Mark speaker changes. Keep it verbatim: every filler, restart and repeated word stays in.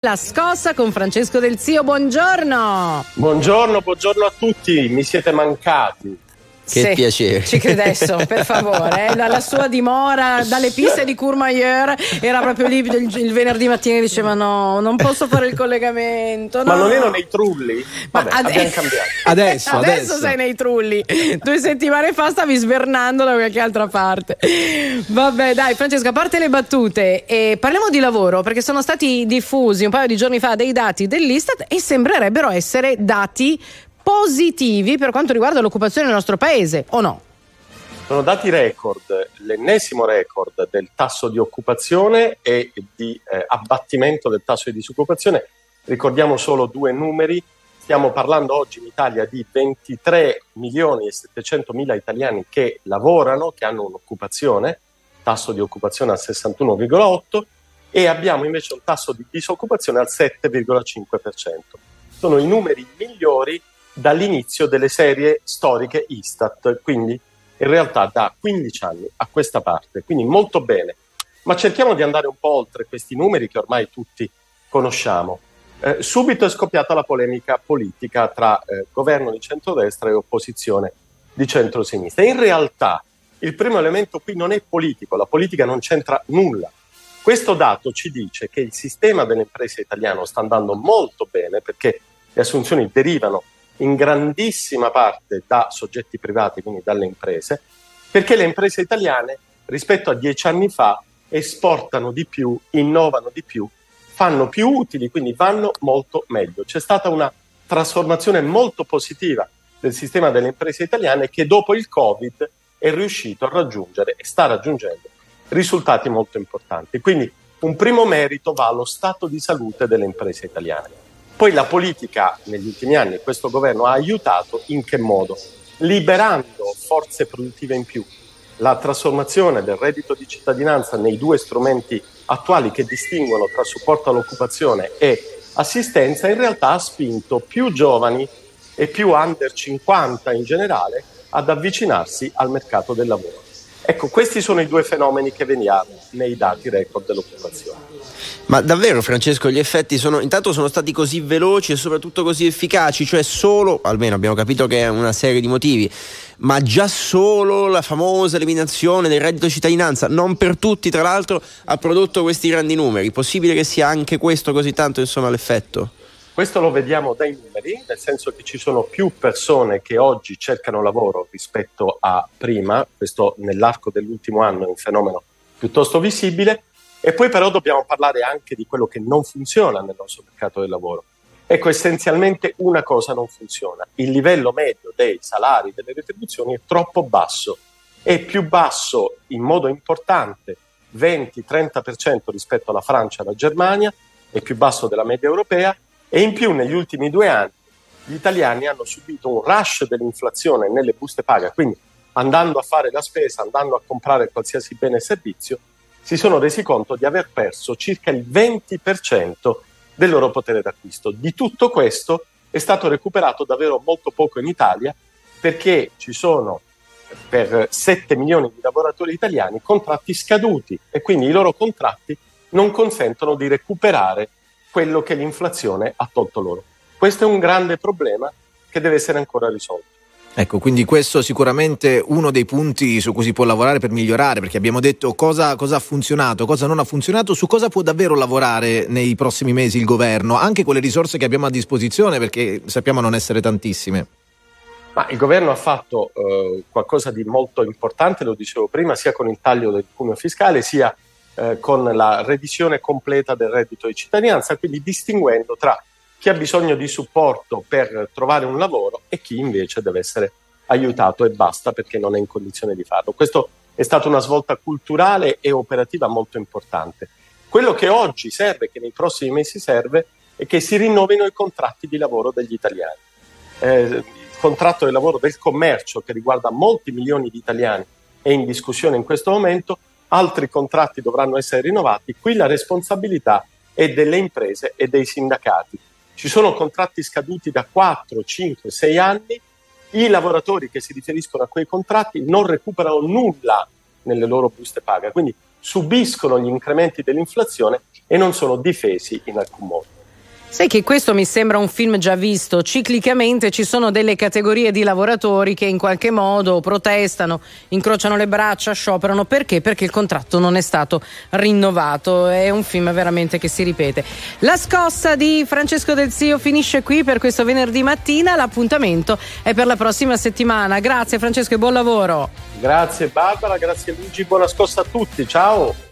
Speaker 1: La scossa con Francesco Del Zio, buongiorno.
Speaker 2: Buongiorno, buongiorno a tutti, mi siete mancati.
Speaker 3: Che sì, piacere.
Speaker 1: Ci crede adesso, per favore. Eh. Dalla sua dimora, dalle piste di Courmayeur, era proprio lì il, il venerdì mattina e diceva no, non posso fare il collegamento. No.
Speaker 2: Ma non ero nei trulli? Vabbè,
Speaker 1: Ma ade-
Speaker 2: abbiamo cambiato.
Speaker 3: Adesso,
Speaker 1: adesso,
Speaker 3: adesso
Speaker 1: sei nei trulli. Due settimane fa stavi svernando da qualche altra parte. Vabbè, dai, Francesca, a parte le battute, eh, parliamo di lavoro, perché sono stati diffusi un paio di giorni fa dei dati dell'Istat e sembrerebbero essere dati positivi per quanto riguarda l'occupazione nel nostro paese, o no?
Speaker 2: Sono dati record, l'ennesimo record del tasso di occupazione e di eh, abbattimento del tasso di disoccupazione. Ricordiamo solo due numeri, stiamo parlando oggi in Italia di ventitré milioni e settecentomila italiani che lavorano, che hanno un'occupazione, tasso di occupazione al sessantuno virgola otto, e abbiamo invece un tasso di disoccupazione al sette virgola cinque per cento. Sono i numeri migliori dall'inizio delle serie storiche Istat, quindi in realtà da quindici anni a questa parte, quindi molto bene. Ma cerchiamo di andare un po' oltre questi numeri che ormai tutti conosciamo. Eh, subito è scoppiata la polemica politica tra eh, governo di centrodestra e opposizione di centrosinistra. In realtà il primo elemento qui non è politico, la politica non c'entra nulla. Questo dato ci dice che il sistema delle imprese italiano sta andando molto bene perché le assunzioni derivano in grandissima parte da soggetti privati, quindi dalle imprese, perché le imprese italiane rispetto a dieci anni fa esportano di più, innovano di più, fanno più utili, quindi vanno molto meglio. C'è stata una trasformazione molto positiva del sistema delle imprese italiane che dopo il Covid è riuscito a raggiungere e sta raggiungendo risultati molto importanti. Quindi un primo merito va allo stato di salute delle imprese italiane. Poi la politica negli ultimi anni, questo governo ha aiutato in che modo? Liberando forze produttive in più. La trasformazione del reddito di cittadinanza nei due strumenti attuali che distinguono tra supporto all'occupazione e assistenza in realtà ha spinto più giovani e più under cinquanta in generale ad avvicinarsi al mercato del lavoro. Ecco, questi sono i due fenomeni che vediamo nei dati record dell'occupazione.
Speaker 3: Ma davvero, Francesco, gli effetti sono intanto sono stati così veloci e soprattutto così efficaci, cioè solo, almeno abbiamo capito che è una serie di motivi, ma già solo la famosa eliminazione del reddito di cittadinanza, non per tutti tra l'altro, ha prodotto questi grandi numeri. Possibile che sia anche questo così tanto, insomma, l'effetto?
Speaker 2: Questo lo vediamo dai numeri, nel senso che ci sono più persone che oggi cercano lavoro rispetto a prima, questo nell'arco dell'ultimo anno è un fenomeno piuttosto visibile, e poi però dobbiamo parlare anche di quello che non funziona nel nostro mercato del lavoro. Ecco, essenzialmente una cosa non funziona: il livello medio dei salari, delle retribuzioni è troppo basso, è più basso in modo importante, venti trenta per cento rispetto alla Francia e alla Germania, è più basso della media europea. E in più negli ultimi due anni gli italiani hanno subito un rush dell'inflazione nelle buste paga, quindi andando a fare la spesa, andando a comprare qualsiasi bene e servizio, si sono resi conto di aver perso circa il venti per cento del loro potere d'acquisto. Di tutto questo è stato recuperato davvero molto poco in Italia, perché ci sono per sette milioni di lavoratori italiani contratti scaduti e quindi i loro contratti non consentono di recuperare quello che l'inflazione ha tolto loro. Questo è un grande problema che deve essere ancora risolto.
Speaker 4: Ecco, quindi questo sicuramente uno dei punti su cui si può lavorare per migliorare, perché abbiamo detto cosa, cosa ha funzionato, cosa non ha funzionato, su cosa può davvero lavorare nei prossimi mesi il governo, anche con le risorse che abbiamo a disposizione, perché sappiamo non essere tantissime.
Speaker 2: Ma il governo ha fatto eh, qualcosa di molto importante, lo dicevo prima, sia con il taglio del cuneo fiscale, sia eh, con la revisione completa del reddito di cittadinanza, quindi distinguendo tra chi ha bisogno di supporto per trovare un lavoro e chi invece deve essere aiutato e basta perché non è in condizione di farlo. Questo è stata una svolta culturale e operativa molto importante. Quello che oggi serve, che nei prossimi mesi serve, è che si rinnovino i contratti di lavoro degli italiani. Eh, il contratto di lavoro del commercio, che riguarda molti milioni di italiani, è in discussione in questo momento, altri contratti dovranno essere rinnovati. Qui la responsabilità è delle imprese e dei sindacati. Ci sono contratti scaduti da quattro, cinque, sei anni, i lavoratori che si riferiscono a quei contratti non recuperano nulla nelle loro buste paga, quindi subiscono gli incrementi dell'inflazione e non sono difesi in alcun modo.
Speaker 1: Sai che questo mi sembra un film già visto. Ciclicamente ci sono delle categorie di lavoratori che in qualche modo protestano, incrociano le braccia, scioperano. Perché? Perché il contratto non è stato rinnovato. È un film veramente che si ripete. La scossa di Francesco Del Zio finisce qui per questo venerdì mattina. L'appuntamento è per la prossima settimana. Grazie Francesco e buon lavoro.
Speaker 2: Grazie Barbara, grazie Luigi, buona scossa a tutti. Ciao.